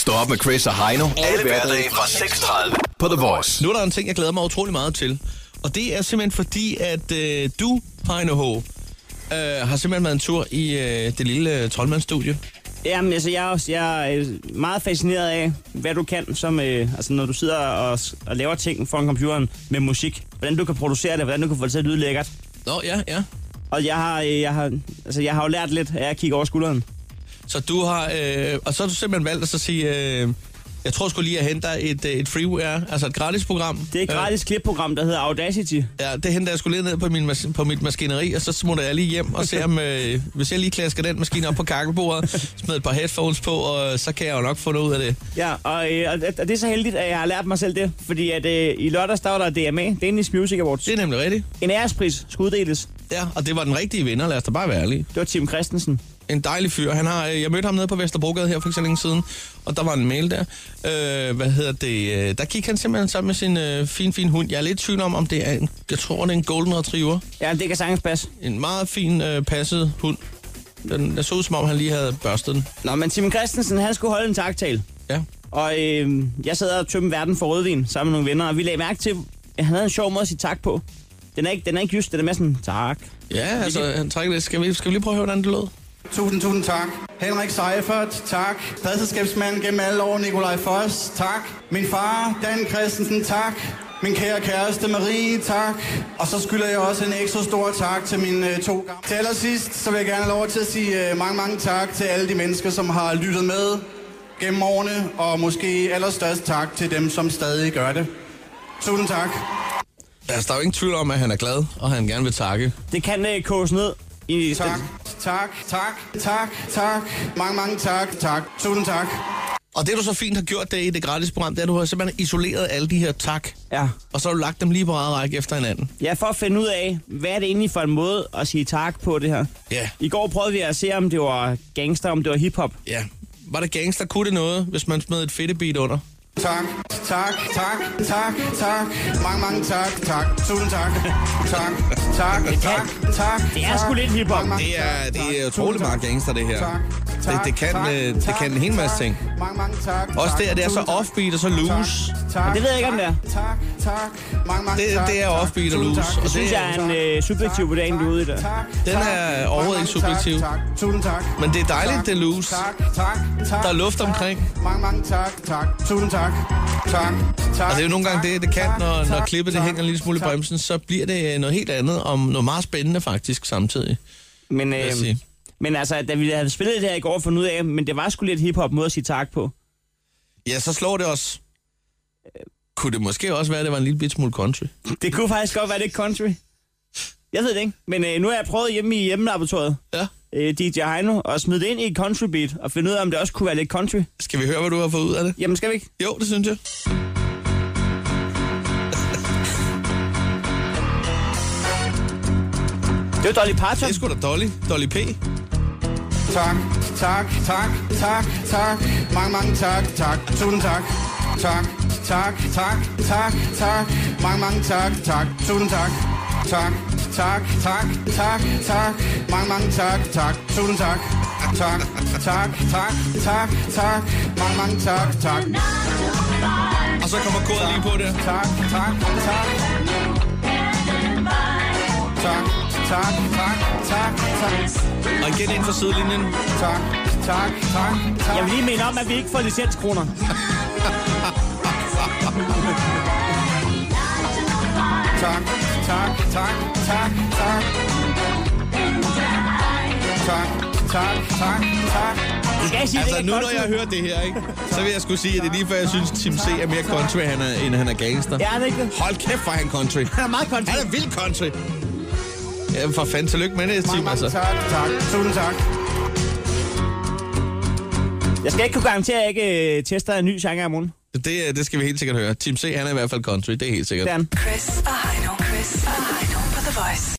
Stå op med Chris og Heino. Alle hverdage fra 6:30 på The Voice. Nu er der en ting, jeg glæder mig utrolig meget til. Og det er simpelthen fordi, at du, Heino H., har simpelthen været en tur i det lille troldmandsstudie. Jamen, altså, jeg er meget fascineret af, hvad du kan, som, altså, når du sidder og laver ting foran computeren med musik. Hvordan du kan producere det, hvordan du kan få det til at lyde lækkert. Nå, ja. Og jeg har jo lært lidt af at kigge over skulderen. Så du har, og så har du simpelthen valgt at så sige, jeg tror sgu lige at hente et freeware, altså et gratis program. Det er et gratis klipprogram, der hedder Audacity. Ja, det henter jeg sgu lige ned på mit maskineri, og så smutter jeg lige hjem og ser, om, hvis jeg lige klasker den maskine op på kakkelbordet, smider et par headphones på, og så kan jeg jo nok få noget ud af det. Ja, og det er så heldigt, at jeg har lært mig selv det, fordi at i lørdags, der var der DMA, Danish Music Awards. Det er nemlig rigtigt. En ærespris skulle uddeles. Ja, og det var den rigtige vinder, lad os da bare være ærlige. Det var Tim Christensen. En dejlig fyr. Jeg mødte ham nede på Vesterbrogade her for ikke så længe siden, og der var en mail der. Der gik han simpelthen sammen med sin fin hund. Jeg er lidt i tvivl om det er jeg tror, det er en golden retriever. Ja, det kan sagtens passe. En meget fin passet hund. Den så ud, som om han lige havde børstet den. Nå, men Tim Christensen, han skulle holde en taktale. Ja. Og jeg sad og tømte verden for rødvin sammen med nogle venner, og vi lagde mærke til, at han havde en sjov måde at sige tak på. Den er ikke just, den er mere sådan, tak. Ja, altså, han trækker det. Skal vi lige prøve at høre, hvordan det lød? Tusind tak. Henrik Seifert, tak. Pladselskabsmand gennem alle år, Nikolaj Foss, tak. Min far, Dan Christensen, tak. Min kære kæreste Marie, tak. Og så skylder jeg også en ekstra stor tak til mine 2 gamle. Til allersidst, så vil jeg gerne have lov til at sige mange tak til alle de mennesker, som har lyttet med gennem årene. Og måske allerstørst tak til dem, som stadig gør det. Tusind tak. Altså, der er jo ingen tvivl om, at han er glad, og han gerne vil takke. Det kan koges ned i... Tak. Mange tak. Tusind tak. Og det, du så fint har gjort det i det gratis program, det er, at du har simpelthen isoleret alle de her tak. Ja. Og så har du lagt dem lige på række række efter hinanden. Ja, for at finde ud af, hvad er det egentlig for en måde at sige tak på det her. Ja. I går prøvede vi at se, om det var gangster, om det var hiphop. Ja. Var det gangster? Kunne det noget, hvis man smed et fedtebeat under? Tak. Mange tak. Tusind tak. Tak. Det er sgu lidt hiphop. Det er utroligt meget gangster, det her. Det kan en hel masse ting. Mange tak. Også det er så offbeat og så loose. Men det ved jeg ikke, om det er. Tak. Det er offbeat og loose. Og det synes jeg er en subjektiv vurdering, du er ude i der. Den er overhovedet ikke subjektiv. Tusind tak. Men det er dejligt, det er loose. Tak. Der er luft omkring. Mange tak. Tusind tak. Tak. Og det er jo nogle gange det kan, når klippet det hænger en lille smule i bremsen, så bliver det noget helt andet, om noget meget spændende faktisk samtidig. Men altså, da vi havde spillet det her i går og fundet ud af, men det var sgu lidt hiphop måde at sige tak på. Ja, så slår det også. Kunne det måske også være, at det var en lille bit smule country? Det kunne faktisk godt være lidt country. Jeg ved det ikke, men nu har jeg prøvet hjemme i hjemmelaboratoriet. Ja. DJ Heino, og smide det ind i et country beat, og finde ud af, om det også kunne være lidt country. Skal vi høre, hvad du har fået ud af det? Jamen, skal vi ikke? Jo, det synes jeg. Det er Dolly Parton. Det er sgu da Dolly P. Tak. Mange tak. Tusind tak. Tak. Mange tak. Tusind tak. Tak. Mange tak. Tusind tak. Tak. Mange tak. Og så kommer kodet lige på det. Tak. Og igen ind for sidelinjen. Tak. Jeg vil lige minde om, at vi ikke får licenskroner. Tak. Du skal sige, altså det nu, når jeg har hørt det her, ikke, så vil jeg sgu sige, at det er lige før, jeg synes, Tim C. er mere country, end han er gangster. Ja, det er ikke det. Hold kæft, for han country. Han er meget country. Han er vild country. Ja, for fanden, tillykke med det, Tim, altså. Tak. Tusind tak. Jeg skal ikke kunne garantere, at jeg ikke tester en ny genre i morgen. Det skal vi helt sikkert høre. Tim C. han er i hvert fald country, det er helt sikkert. Det er han. Chris og Heino.